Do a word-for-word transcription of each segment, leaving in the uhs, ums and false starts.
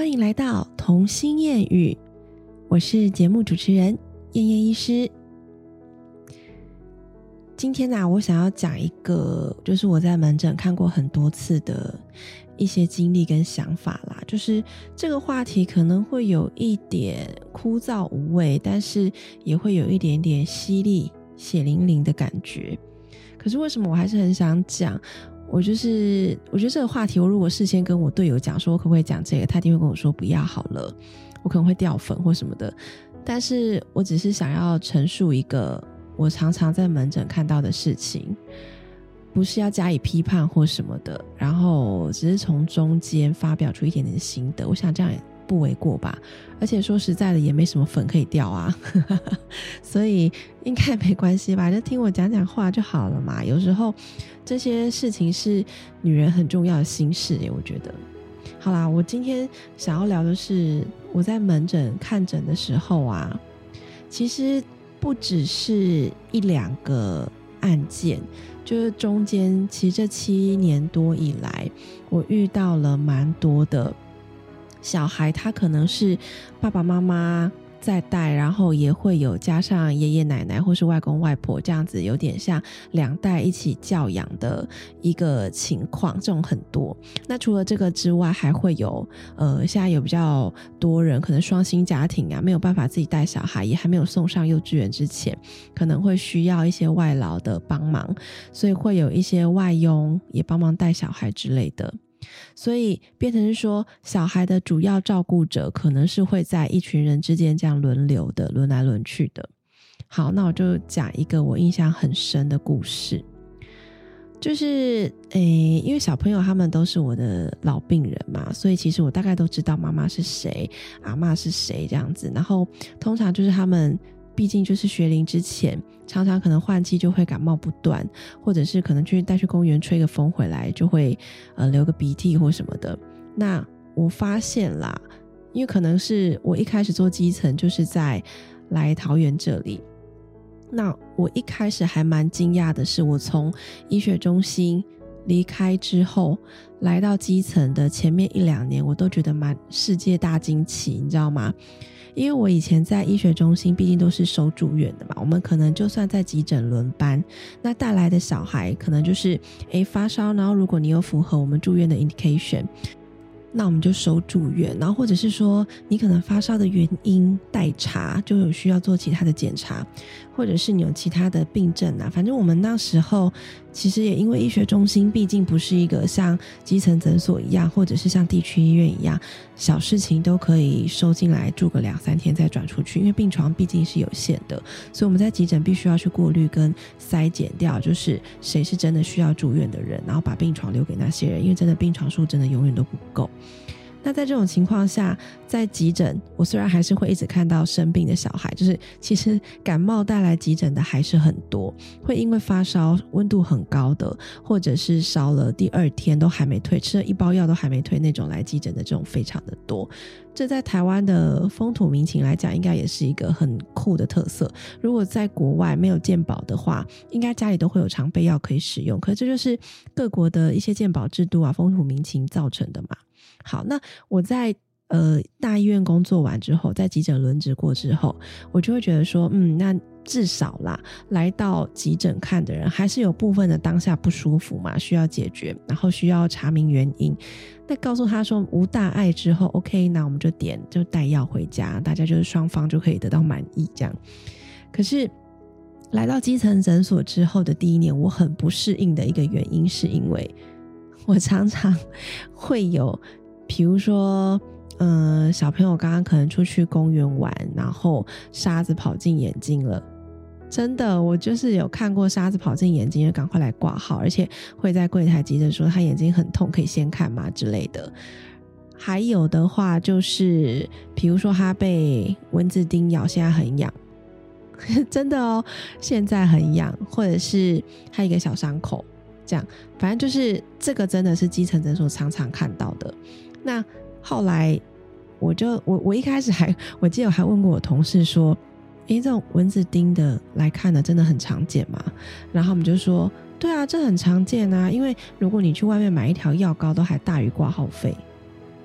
欢迎来到童心谚语，我是节目主持人燕燕医师。今天啊，我想要讲一个就是我在门诊看过很多次的一些经历跟想法啦，就是这个话题可能会有一点枯燥无味，但是也会有一点点犀利血淋淋的感觉。可是为什么我还是很想讲？我就是我觉得这个话题，我如果事先跟我队友讲说我可不可以讲这个，他一定会跟我说不要好了，我可能会掉粉或什么的。但是我只是想要陈述一个我常常在门诊看到的事情，不是要加以批判或什么的，然后只是从中间发表出一点点心得，我想这样也不为过吧。而且说实在的也没什么粉可以掉啊所以应该没关系吧，就听我讲讲话就好了嘛。有时候这些事情是女人很重要的心事耶，我觉得。好啦，我今天想要聊的是我在门诊看诊的时候啊，其实不只是一两个案件，就是中间其实这七年多以来，我遇到了蛮多的小孩，他可能是爸爸妈妈在带，然后也会有加上爷爷奶奶或是外公外婆，这样子有点像两代一起教养的一个情况，这种很多。那除了这个之外，还会有呃，现在有比较多人可能双薪家庭啊，没有办法自己带小孩，也还没有送上幼稚园之前，可能会需要一些外劳的帮忙，所以会有一些外佣也帮忙带小孩之类的。所以变成是说，小孩的主要照顾者可能是会在一群人之间这样轮流的，轮来轮去的。好，那我就讲一个我印象很深的故事，就是诶，因为小朋友他们都是我的老病人嘛，所以其实我大概都知道妈妈是谁，阿嬷是谁这样子。然后通常就是他们毕竟就是学龄之前，常常可能换季就会感冒不断，或者是可能去带去公园吹个风回来就会呃流个鼻涕或什么的。那我发现啦，因为可能是我一开始做基层就是在来桃园这里，那我一开始还蛮惊讶的是，我从医学中心离开之后来到基层的前面一两年，我都觉得蛮世界大惊奇，你知道吗？因为我以前在医学中心毕竟都是收住院的嘛，我们可能就算在急诊轮班，那带来的小孩可能就是诶发烧，然后如果你有符合我们住院的 indication， 那我们就收住院，然后或者是说你可能发烧的原因待查，就有需要做其他的检查，或者是你有其他的病症啊。反正我们那时候其实也因为医学中心毕竟不是一个像基层诊所一样，或者是像地区医院一样，小事情都可以收进来住个两三天再转出去，因为病床毕竟是有限的，所以我们在急诊必须要去过滤跟筛检掉，就是谁是真的需要住院的人，然后把病床留给那些人，因为真的病床数真的永远都不够。那在这种情况下，在急诊我虽然还是会一直看到生病的小孩，就是其实感冒带来急诊的还是很多，会因为发烧温度很高的，或者是烧了第二天都还没退，吃了一包药都还没退那种来急诊的这种非常的多。这在台湾的风土民情来讲，应该也是一个很酷的特色。如果在国外没有健保的话，应该家里都会有常备药可以使用，可是这就是各国的一些健保制度啊、风土民情造成的嘛。好，那我在呃大医院工作完之后，在急诊轮值过之后，我就会觉得说，嗯，那至少啦，来到急诊看的人还是有部分的当下不舒服嘛，需要解决，然后需要查明原因。那告诉他说无大碍之后 OK， 那我们就点就带药回家，大家就是双方就可以得到满意这样。可是来到基层诊所之后的第一年，我很不适应的一个原因是因为我常常会有比如说嗯、呃，小朋友刚刚可能出去公园玩，然后沙子跑进眼睛了，真的我就是有看过沙子跑进眼睛就赶快来挂号，而且会在柜台急诊说他眼睛很痛可以先看吗之类的。还有的话就是比如说他被蚊子叮咬，现在很痒真的哦，现在很痒，或者是他一个小伤口这样，反正就是这个真的是基层诊所常常看到的。那后来我就我我一开始还我记得我还问过我同事说，诶，这种蚊子叮的来看的真的很常见吗？然后我们就说对啊，这很常见啊，因为如果你去外面买一条药膏都还大于挂号费。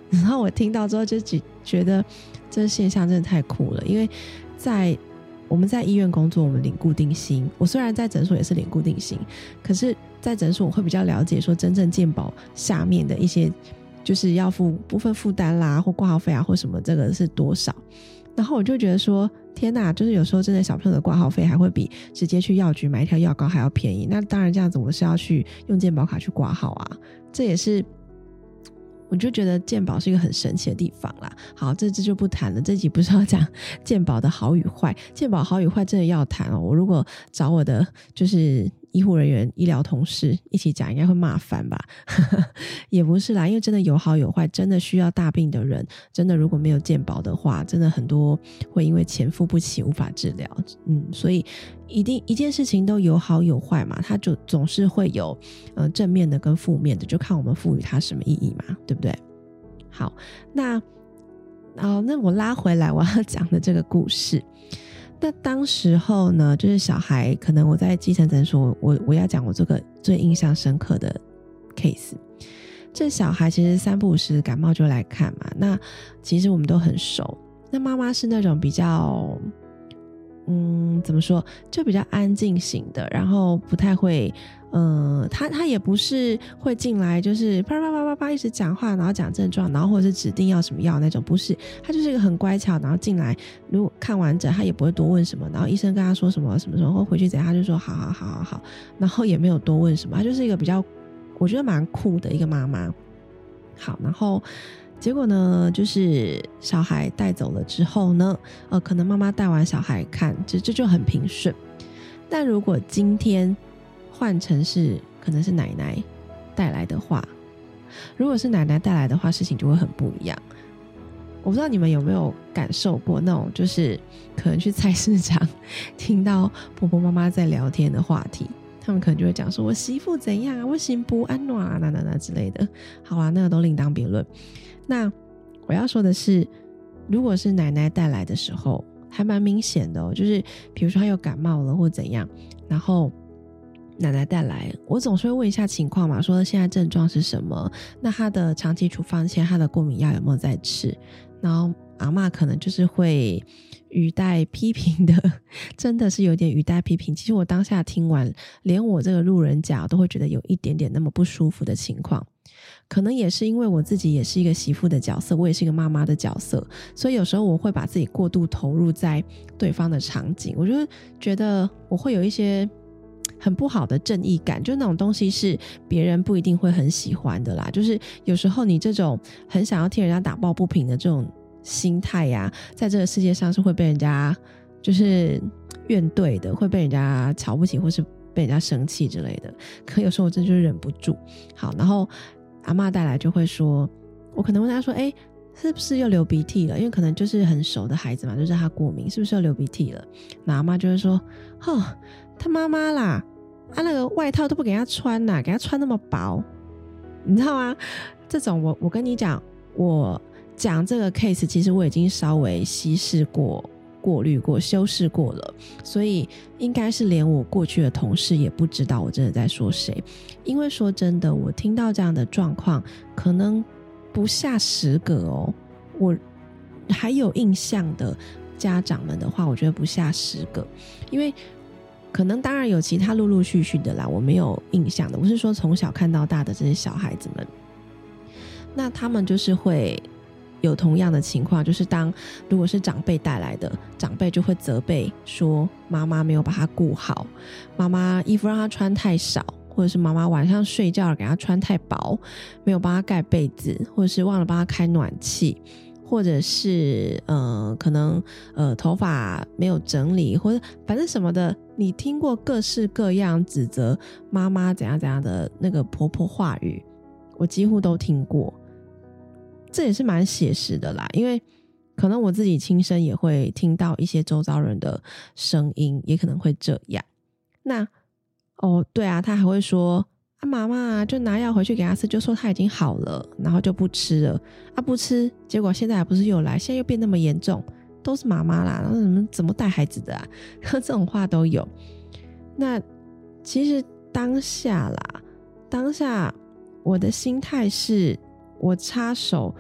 然后我听到之后就觉得这个现象真的太酷了，因为在我们在医院工作，我们领固定薪，我虽然在诊所也是领固定薪，可是在诊所我会比较了解说真正健保下面的一些就是要付部分负担啦或挂号费啊或什么，这个是多少。然后我就觉得说天哪，就是有时候真的小朋友的挂号费还会比直接去药局买一条药膏还要便宜，那当然这样子我是要去用健保卡去挂号啊，这也是我就觉得健保是一个很神奇的地方啦。好，这这就不谈了，这集不是要讲健保的好与坏，健保好与坏真的要谈哦。我如果找我的就是医护人员、医疗同事一起讲，应该会骂翻吧也不是啦，因为真的有好有坏，真的需要大病的人，真的如果没有健保的话，真的很多会因为钱付不起无法治疗。嗯，所以一定一件事情都有好有坏嘛，它就总是会有呃正面的跟负面的，就看我们赋予它什么意义嘛，对不对？好，那哦，那我拉回来我要讲的这个故事。那当时候呢，就是小孩，可能我在基层诊所，我我要讲我这个最印象深刻的 case。这小孩其实三不五时感冒就来看嘛，那其实我们都很熟。那妈妈是那种比较，嗯，怎么说，就比较安静型的，然后不太会，呃，他他也不是会进来就是啪啪啪啪啪一直讲话，然后讲症状，然后或者是指定要什么药那种，不是，他就是一个很乖巧，然后进来如果看完整他也不会多问什么，然后医生跟他说什么什么什么，或回去怎样他就说好好好好好，然后也没有多问什么，他就是一个比较我觉得蛮酷的一个妈妈。好，然后结果呢，就是小孩带走了之后呢，呃，可能妈妈带完小孩看，这这就很平顺。但如果今天换成是可能是奶奶带来的话，如果是奶奶带来的话，事情就会很不一样。我不知道你们有没有感受过那种，就是可能去菜市场听到婆婆妈妈在聊天的话题，他们可能就会讲说我媳妇怎样啊，我媳妇安暖啊，那那那之类的。好啊，那个都另当别论。那我要说的是，如果是奶奶带来的时候，还蛮明显的哦，就是比如说她又感冒了或怎样，然后奶奶带来，我总是会问一下情况嘛，说现在症状是什么，那她的长期处方签，她的过敏药有没有在吃，然后阿嬷可能就是会语带批评的，真的是有点语带批评。其实我当下听完，连我这个路人甲都会觉得有一点点那么不舒服的情况。可能也是因为我自己也是一个媳妇的角色，我也是一个妈妈的角色，所以有时候我会把自己过度投入在对方的场景，我就觉得我会有一些很不好的正义感，就那种东西是别人不一定会很喜欢的啦。就是有时候你这种很想要替人家打抱不平的这种心态呀、啊，在这个世界上是会被人家就是怨怼的，会被人家瞧不起或是被人家生气之类的。可有时候我真的就忍不住。好，然后阿嬷带来就会说，我可能问他说，哎，是不是又流鼻涕了？因为可能就是很熟的孩子嘛，就是他过敏，是不是又流鼻涕了？那阿嬷就会说，哦，他妈妈啦，他、啊、那个外套都不给他穿啦，给他穿那么薄，你知道吗？这种我我跟你讲，我讲这个 case 其实我已经稍微稀释过、过滤过、修饰过了，所以应该是连我过去的同事也不知道我真的在说谁。因为说真的，我听到这样的状况可能不下十个哦，我还有印象的家长们的话，我觉得不下十个。因为可能当然有其他陆陆续续的啦，我没有印象的，我是说从小看到大的这些小孩子们，那他们就是会有同样的情况，就是当如果是长辈带来的，长辈就会责备说妈妈没有把他顾好，妈妈衣服让他穿太少，或者是妈妈晚上睡觉给他穿太薄，没有帮他盖被子，或者是忘了帮他开暖气，或者是呃可能呃头发没有整理，或者反正什么的，你听过各式各样指责妈妈怎样怎样的那个婆婆话语，我几乎都听过。这也是蛮写实的啦，因为可能我自己亲身也会听到一些周遭人的声音，也可能会这样。那哦对啊，他还会说啊妈妈就拿药回去给他吃，就说他已经好了，然后就不吃了啊，不吃，结果现在还不是又来，现在又变那么严重，都是妈妈啦，然后怎么怎么带孩子的啊这种话都有。那其实当下啦，当下我的心态是我插手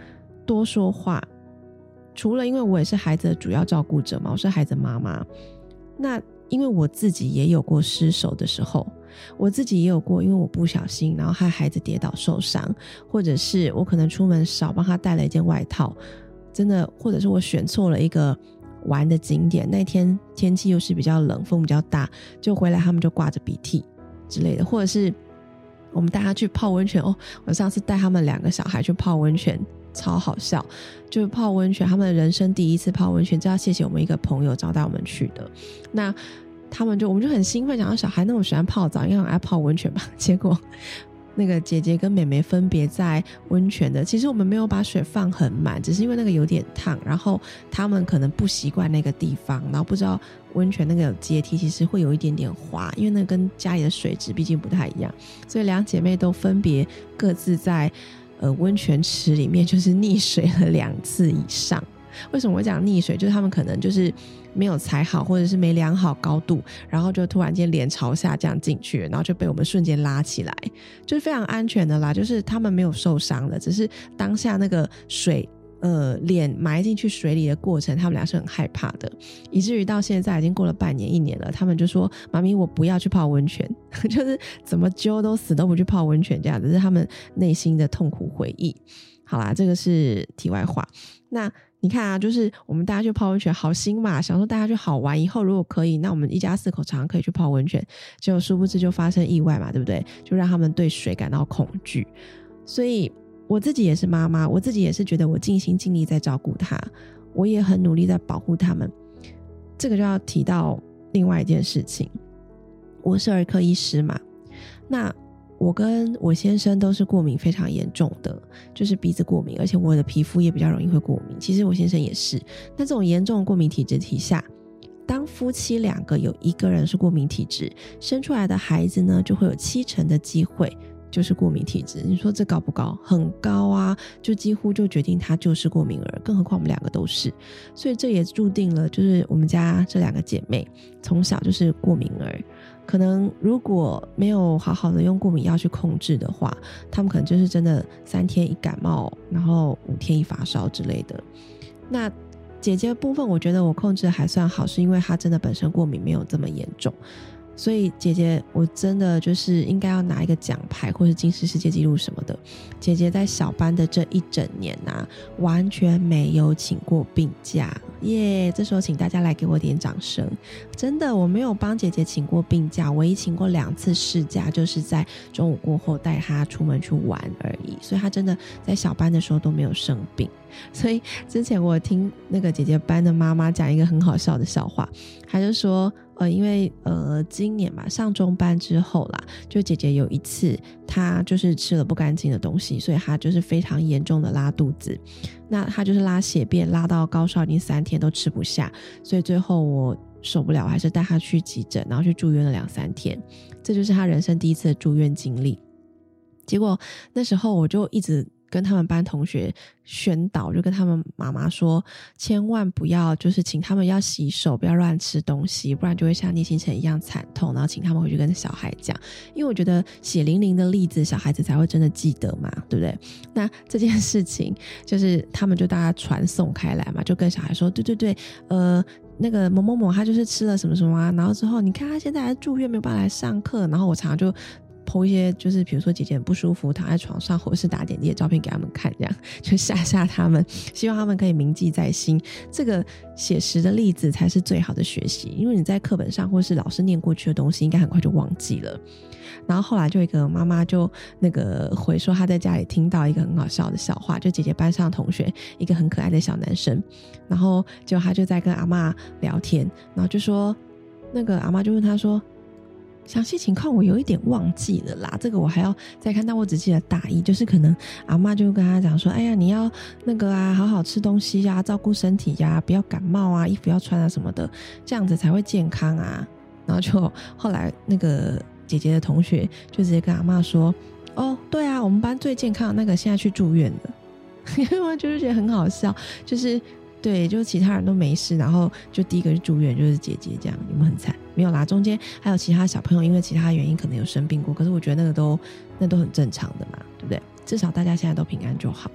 多说话。除了因为我也是孩子的主要照顾者嘛，我是孩子妈妈，那因为我自己也有过失手的时候，我自己也有过因为我不小心然后害孩子跌倒受伤，或者是我可能出门少帮他带了一件外套，真的，或者是我选错了一个玩的景点，那天天气又是比较冷，风比较大，就回来他们就挂着鼻涕之类的，或者是我们带他去泡温泉，哦，我上次带他们两个小孩去泡温泉超好笑，就是泡温泉，他们人生第一次泡温泉，这要谢谢我们一个朋友招待我们去的。那他们就我们就很兴奋，想到小孩那么喜欢泡澡，应该很爱泡温泉吧，结果那个姐姐跟妹妹分别在温泉的，其实我们没有把水放很满，只是因为那个有点烫，然后他们可能不习惯那个地方，然后不知道温泉那个有阶梯其实会有一点点滑，因为那跟家里的水质毕竟不太一样，所以两姐妹都分别各自在呃温泉池里面就是溺水了两次以上。为什么我讲溺水，就是他们可能就是没有踩好，或者是没量好高度，然后就突然间脸朝下这样进去，然后就被我们瞬间拉起来，就是非常安全的啦，就是他们没有受伤的，只是当下那个水呃，脸埋进去水里的过程他们俩是很害怕的，以至于到现在已经过了半年一年了，他们就说妈咪我不要去泡温泉就是怎么揪都死都不去泡温泉，这样子是他们内心的痛苦回忆。好啦，这个是题外话。那你看啊，就是我们大家去泡温泉好心嘛，想说大家去好玩，以后如果可以，那我们一家四口常常可以去泡温泉，结果殊不知就发生意外嘛，对不对？就让他们对水感到恐惧。所以我自己也是妈妈，我自己也是觉得我尽心尽力在照顾他，我也很努力在保护他们。这个就要提到另外一件事情，我是儿科医师嘛，那我跟我先生都是过敏非常严重的，就是鼻子过敏，而且我的皮肤也比较容易会过敏，其实我先生也是。那这种严重的过敏体质体下，当夫妻两个有一个人是过敏体质，生出来的孩子呢就会有七成的机会就是过敏体质。你说这高不高？很高啊，就几乎就决定他就是过敏儿，更何况我们两个都是。所以这也注定了就是我们家这两个姐妹从小就是过敏儿，可能如果没有好好的用过敏药去控制的话，他们可能就是真的三天一感冒，然后五天一发烧之类的。那姐姐的部分我觉得我控制还算好，是因为她真的本身过敏没有这么严重，所以姐姐我真的就是应该要拿一个奖牌或是金氏世界纪录什么的。姐姐在小班的这一整年啊，完全没有请过病假耶、yeah, 这时候请大家来给我点掌声。真的我没有帮姐姐请过病假，唯一请过两次事假，就是在中午过后带她出门去玩而已，所以她真的在小班的时候都没有生病。所以之前我听那个姐姐班的妈妈讲一个很好笑的笑话，她就说呃，因为呃今年嘛上中班之后啦，就姐姐有一次她就是吃了不干净的东西，所以她就是非常严重的拉肚子，那她就是拉血便拉到高烧已经三天都吃不下，所以最后我受不了还是带她去急诊，然后去住院了两三天，这就是她人生第一次的住院经历。结果那时候我就一直跟他们班同学宣导，就跟他们妈妈说千万不要就是请他们要洗手，不要乱吃东西，不然就会像聂星辰一样惨痛，然后请他们回去跟小孩讲，因为我觉得血淋淋的例子小孩子才会真的记得嘛，对不对？那这件事情就是他们就大家传送开来嘛，就跟小孩说对对对呃那个某某某他就是吃了什么什么啊，然后之后你看他现在还住院没有办法来上课，然后我常常就po 一些就是比如说姐姐很不舒服躺在床上或者是打点滴的照片给他们看，这样就吓吓他们，希望他们可以铭记在心。这个写实的例子才是最好的学习，因为你在课本上或是老师念过去的东西应该很快就忘记了。然后后来就一个妈妈就那个回说她在家里听到一个很好笑的笑话，就姐姐班上的同学一个很可爱的小男生，然后就他就在跟阿嬷聊天，然后就说那个阿嬷就问他说详细情况我有一点忘记了啦，这个我还要再看，但我只记得大意，就是可能阿嬷就跟他讲说哎呀你要那个啊好好吃东西呀，照顾身体呀，不要感冒啊，衣服要穿啊什么的，这样子才会健康啊。然后就后来那个姐姐的同学就直接跟阿嬷说哦对啊，我们班最健康的那个现在去住院了因为我就是觉得很好笑，就是对，就其他人都没事，然后就第一个去住院就是姐姐，这样有没有很惨？没有啦，中间还有其他小朋友因为其他原因可能有生病过，可是我觉得那个都那都很正常的嘛，对不对？至少大家现在都平安就好。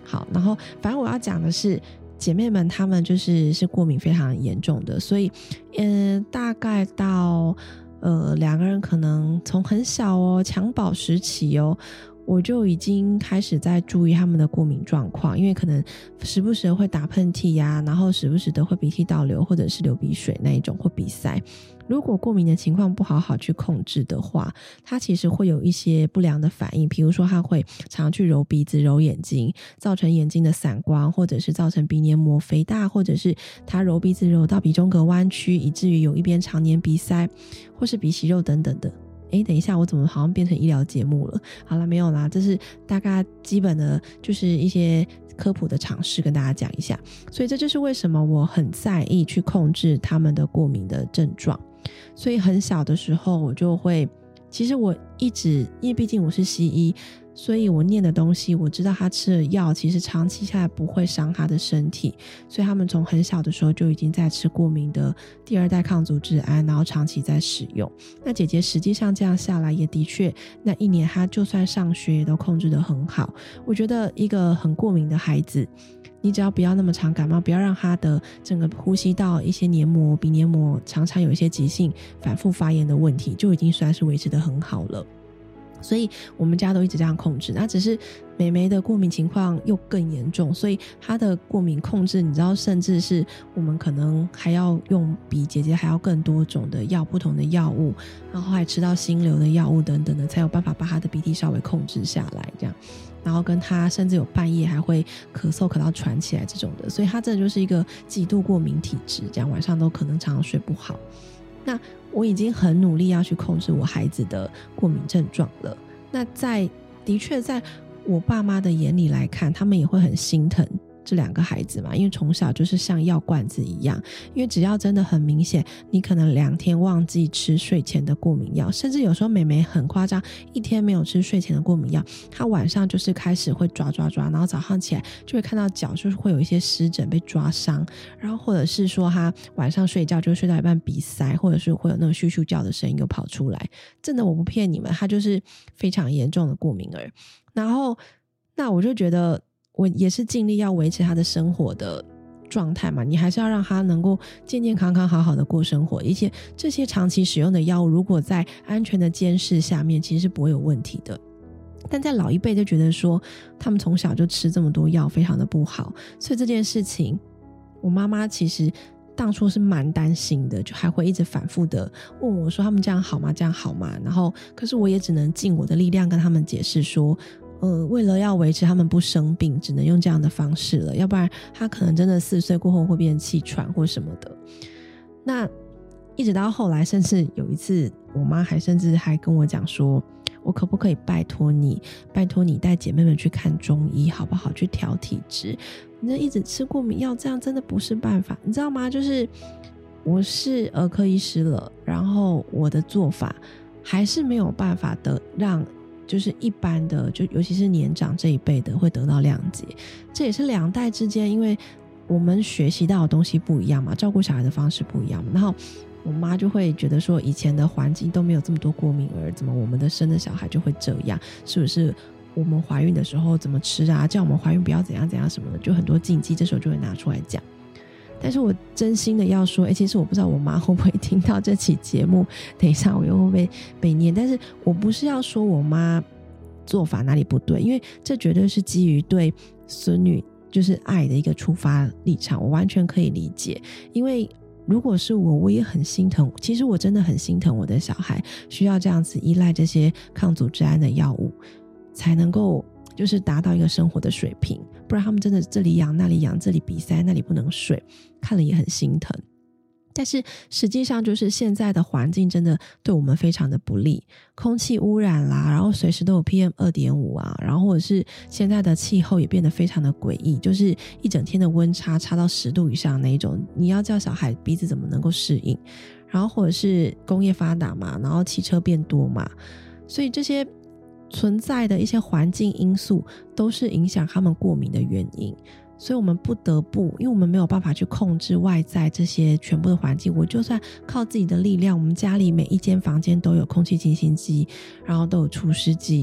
好，然后反正我要讲的是姐妹们她们就是是过敏非常严重的，所以嗯、呃，大概到呃两个人可能从很小哦襁褓时期哦，我就已经开始在注意他们的过敏状况，因为可能时不时的会打喷嚏呀、啊，然后时不时的会鼻涕倒流或者是流鼻水那一种或鼻塞。如果过敏的情况不好好去控制的话，它其实会有一些不良的反应，比如说它会常常去揉鼻子揉眼睛，造成眼睛的散光，或者是造成鼻黏膜肥大，或者是它揉鼻子揉到鼻中隔弯曲，以至于有一边常年鼻塞或是鼻息肉等等的。诶，等一下，我怎么好像变成医疗节目了？好了，没有啦，这是大概基本的就是一些科普的常识跟大家讲一下。所以这就是为什么我很在意去控制他们的过敏的症状。所以很小的时候我就会，其实我一直因为毕竟我是西医，所以我念的东西我知道他吃的药其实长期下来不会伤他的身体，所以他们从很小的时候就已经在吃过敏的第二代抗组织胺，然后长期在使用。那姐姐实际上这样下来也的确那一年她就算上学也都控制得很好。我觉得一个很过敏的孩子，你只要不要那么常感冒，不要让他的整个呼吸道一些黏膜鼻黏膜常常有一些急性反复发炎的问题，就已经算是维持得很好了。所以我们家都一直这样控制，那只是妹妹的过敏情况又更严重，所以她的过敏控制你知道，甚至是我们可能还要用比姐姐还要更多种的药，不同的药物，然后还吃到心流的药物等等的，才有办法把她的鼻涕稍微控制下来这样。然后跟她甚至有半夜还会咳嗽咳到喘起来这种的，所以她真的就是一个极度过敏体质，这样晚上都可能常常睡不好。那我已经很努力要去控制我孩子的过敏症状了，那在的确在我爸妈的眼里来看，他们也会很心疼这两个孩子嘛，因为从小就是像药罐子一样，因为只要真的很明显你可能两天忘记吃睡前的过敏药，甚至有时候妹妹很夸张，一天没有吃睡前的过敏药，她晚上就是开始会抓抓抓，然后早上起来就会看到脚就是会有一些湿疹被抓伤，然后或者是说她晚上睡觉就睡到一半鼻塞，或者是会有那种咻咻叫的声音又跑出来，真的我不骗你们，她就是非常严重的过敏儿。然后那我就觉得我也是尽力要维持他的生活的状态嘛，你还是要让他能够健健康康好好的过生活，而且这些长期使用的药物如果在安全的监视下面其实是不会有问题的。但在老一辈就觉得说他们从小就吃这么多药非常的不好，所以这件事情我妈妈其实当初是蛮担心的，就还会一直反复的问我说他们这样好吗这样好吗，然后可是我也只能尽我的力量跟他们解释说呃，为了要维持他们不生病只能用这样的方式了，要不然他可能真的四岁过后会变成气喘或什么的。那一直到后来甚至有一次我妈还甚至还跟我讲说我可不可以拜托你拜托你带姐妹们去看中医好不好，去调体质，你这一直吃过敏药这样真的不是办法，你知道吗？就是我是儿科医师了，然后我的做法还是没有办法的让就是一般的就尤其是年长这一辈的会得到谅解，这也是两代之间因为我们学习到的东西不一样嘛，照顾小孩的方式不一样嘛，然后我妈就会觉得说以前的环境都没有这么多过敏儿，怎么我们的生的小孩就会这样，是不是我们怀孕的时候怎么吃啊，叫我们怀孕不要怎样怎样什么的，就很多禁忌这时候就会拿出来讲。但是我真心的要说、欸、其实我不知道我妈会不会听到这期节目，等一下我又会不会被念，但是我不是要说我妈做法哪里不对，因为这绝对是基于对孙女就是爱的一个出发立场，我完全可以理解。因为如果是我我也很心疼，其实我真的很心疼我的小孩需要这样子依赖这些抗组织胺的药物才能够就是达到一个生活的水平，不然他们真的这里痒那里痒，这里鼻塞那里不能睡，看了也很心疼。但是实际上就是现在的环境真的对我们非常的不利，空气污染啦，然后随时都有 P M 二点五 啊，然后或者是现在的气候也变得非常的诡异，就是一整天的温差差到十度以上那一种，你要叫小孩鼻子怎么能够适应，然后或者是工业发达嘛，然后汽车变多嘛，所以这些存在的一些环境因素都是影响他们过敏的原因。所以我们不得不，因为我们没有办法去控制外在这些全部的环境，我就算靠自己的力量，我们家里每一间房间都有空气清新机，然后都有除湿机，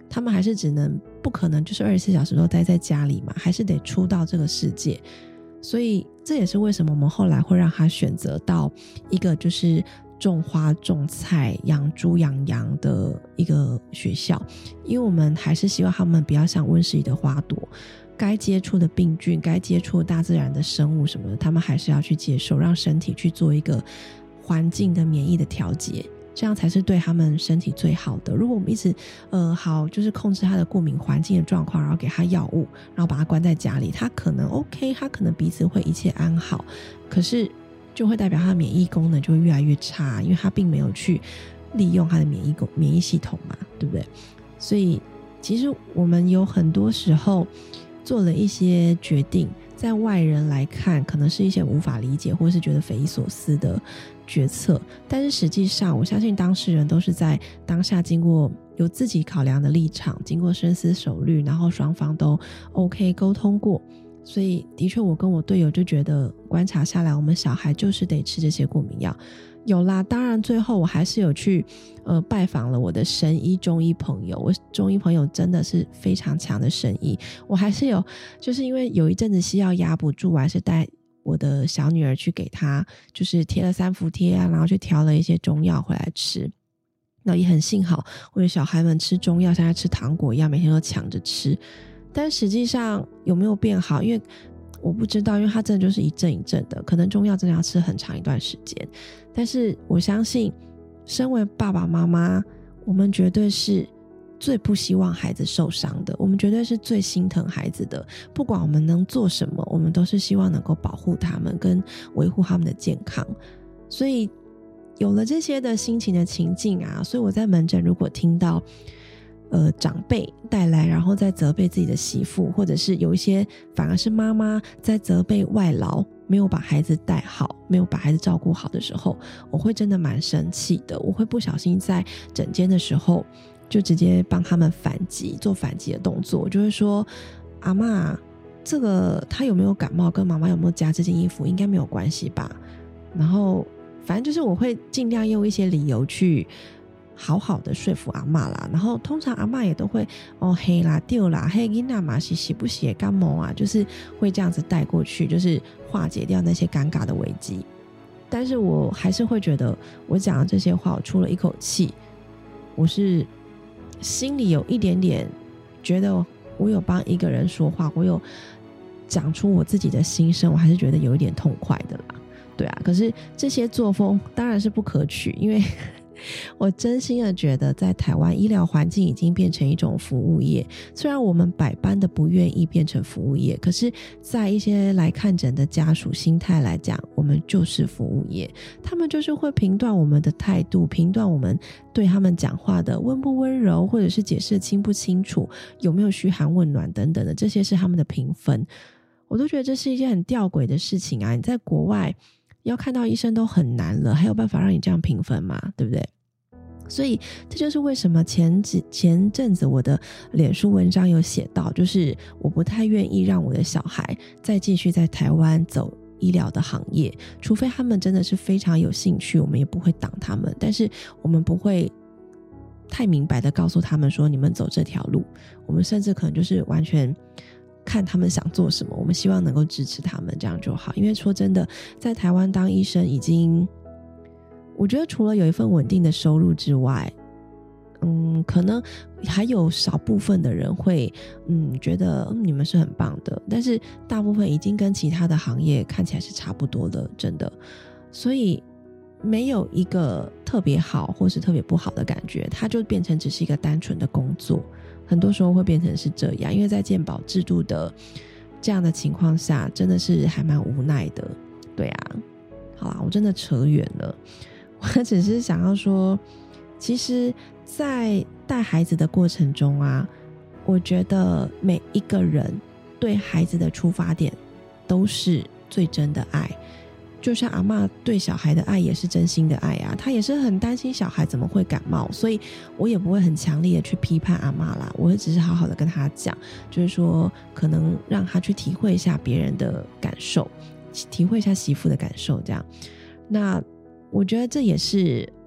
他们还是只能不可能就是二十四小时都待在家里嘛，还是得出到这个世界。所以这也是为什么我们后来会让他选择到一个就是种花种菜养猪养羊的一个学校，因为我们还是希望他们不要像温室里的花朵，该接触的病菌该接触大自然的生物什么的，他们还是要去接受，让身体去做一个环境的免疫的调节，这样才是对他们身体最好的。如果我们一直呃好就是控制他的过敏环境的状况，然后给他药物，然后把他关在家里，他可能 OK， 他可能彼此会一切安好，可是就会代表他的免疫功能就会越来越差，因为他并没有去利用他的免疫功免疫系统嘛，对不对？所以其实我们有很多时候做了一些决定，在外人来看可能是一些无法理解或是觉得匪夷所思的决策，但是实际上我相信当事人都是在当下经过有自己考量的立场，经过深思熟虑，然后双方都 OK 沟通过。所以的确我跟我队友就觉得观察下来，我们小孩就是得吃这些过敏药。有啦，当然最后我还是有去呃拜访了我的神医中医朋友，我中医朋友真的是非常强的神医，我还是有就是因为有一阵子西药压不住，我还是带我的小女儿去给她就是贴了三伏贴啊，然后去调了一些中药回来吃。那也很幸好我的小孩们吃中药像在吃糖果一样，每天都抢着吃，但实际上有没有变好，因为我不知道，因为它真的就是一阵一阵的，可能中药真的要吃很长一段时间。但是我相信身为爸爸妈妈，我们绝对是最不希望孩子受伤的，我们绝对是最心疼孩子的，不管我们能做什么，我们都是希望能够保护他们跟维护他们的健康。所以有了这些的心情的情境啊，所以我在门诊如果听到呃，长辈带来然后再责备自己的媳妇，或者是有一些反而是妈妈在责备外劳没有把孩子带好，没有把孩子照顾好的时候，我会真的蛮生气的，我会不小心在诊间的时候就直接帮他们反击，做反击的动作，我就会说阿嬷，这个他有没有感冒跟妈妈有没有加这件衣服应该没有关系吧，然后反正就是我会尽量用一些理由去好好的说服阿嬷啦，然后通常阿嬷也都会哦嘿啦丢啦嘿囡仔嘛是洗不洗感冒啊，就是会这样子带过去，就是化解掉那些尴尬的危机。但是我还是会觉得我讲的这些话我出了一口气，我是心里有一点点觉得我有帮一个人说话，我有讲出我自己的心声，我还是觉得有一点痛快的啦。对啊，可是这些作风当然是不可取，因为我真心的觉得在台湾医疗环境已经变成一种服务业，虽然我们百般的不愿意变成服务业，可是在一些来看诊的家属心态来讲，我们就是服务业，他们就是会评断我们的态度，评断我们对他们讲话的温不温柔，或者是解释清不清楚，有没有嘘寒问暖等等的，这些是他们的评分。我都觉得这是一件很吊诡的事情啊，你在国外要看到医生都很难了，还有办法让你这样评分吗？对不对？所以这就是为什么前几前阵子我的脸书文章有写到，就是我不太愿意让我的小孩再继续在台湾走医疗的行业，除非他们真的是非常有兴趣，我们也不会挡他们，但是我们不会太明白的告诉他们说你们走这条路，我们甚至可能就是完全看他们想做什么，我们希望能够支持他们，这样就好。因为说真的，在台湾当医生已经，我觉得除了有一份稳定的收入之外，嗯，可能还有少部分的人会嗯觉得、嗯、你们是很棒的，但是大部分已经跟其他的行业看起来是差不多的，真的。所以没有一个特别好或是特别不好的感觉，它就变成只是一个单纯的工作，很多时候会变成是这样，因为在健保制度的这样的情况下，真的是还蛮无奈的。对啊，好啦，我真的扯远了，我只是想要说，其实在带孩子的过程中啊，我觉得每一个人对孩子的出发点都是最真的爱，就像阿嬷对小孩的爱也是真心的爱啊，她也是很担心小孩怎么会感冒，所以我也不会很强烈的去批判阿嬷啦，我会只是好好的跟她讲，就是说可能让她去体会一下别人的感受，体会一下媳妇的感受这样。那我觉得这也是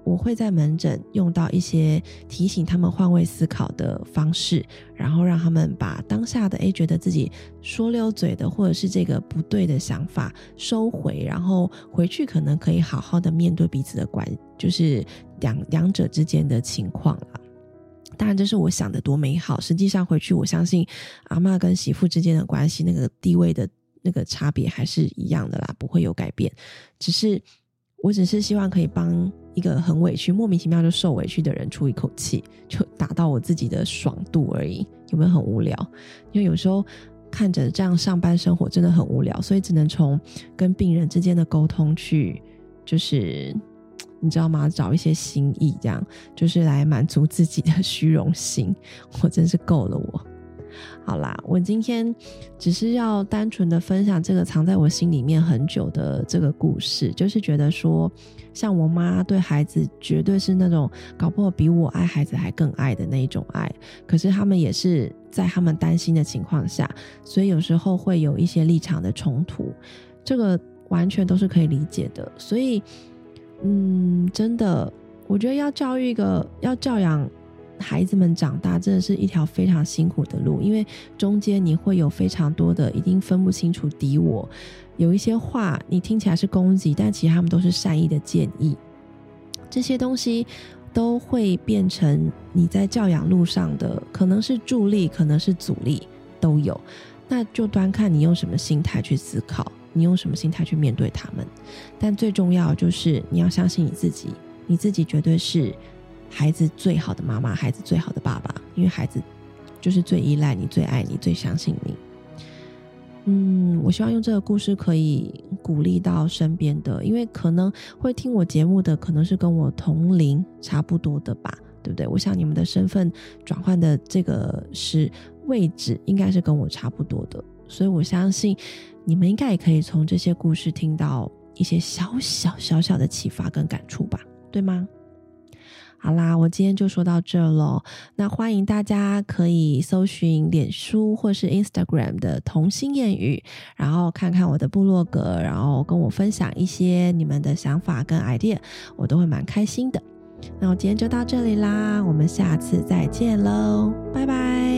我会在门诊用到一些提醒他们换位思考的方式，然后让他们把当下的诶觉得自己说溜嘴的或者是这个不对的想法收回，然后回去可能可以好好的面对彼此的关，就是两两者之间的情况啦。当然这是我想的多美好，实际上回去我相信阿嬷跟媳妇之间的关系那个地位的那个差别还是一样的啦，不会有改变，只是我只是希望可以帮一个很委屈莫名其妙就受委屈的人出一口气，就达到我自己的爽度而已。有没有很无聊？因为有时候看着这样上班生活真的很无聊，所以只能从跟病人之间的沟通去就是你知道吗，找一些新意，这样就是来满足自己的虚荣心。我真是够了我。好啦，我今天只是要单纯的分享这个藏在我心里面很久的这个故事，就是觉得说像我妈对孩子绝对是那种搞不好比我爱孩子还更爱的那一种爱，可是他们也是在他们担心的情况下，所以有时候会有一些立场的冲突，这个完全都是可以理解的。所以嗯，真的我觉得要教育一个要教养孩子们长大真的是一条非常辛苦的路，因为中间你会有非常多的一定分不清楚敌我，有一些话你听起来是攻击，但其实他们都是善意的建议，这些东西都会变成你在教养路上的可能是助力可能是阻力都有，那就端看你用什么心态去思考，你用什么心态去面对他们。但最重要的就是你要相信你自己，你自己绝对是孩子最好的妈妈，孩子最好的爸爸，因为孩子就是最依赖你，最爱你，最相信你。嗯，我希望用这个故事可以鼓励到身边的，因为可能会听我节目的可能是跟我同龄差不多的吧，对不对？我想你们的身份转换的这个是位置应该是跟我差不多的，所以我相信你们应该也可以从这些故事听到一些小小小小的启发跟感触吧，对吗？好啦，我今天就说到这咯。那欢迎大家可以搜寻脸书或是 Instagram 的童心谚语，然后看看我的部落格，然后跟我分享一些你们的想法跟 idea， 我都会蛮开心的。那我今天就到这里啦，我们下次再见咯，拜拜。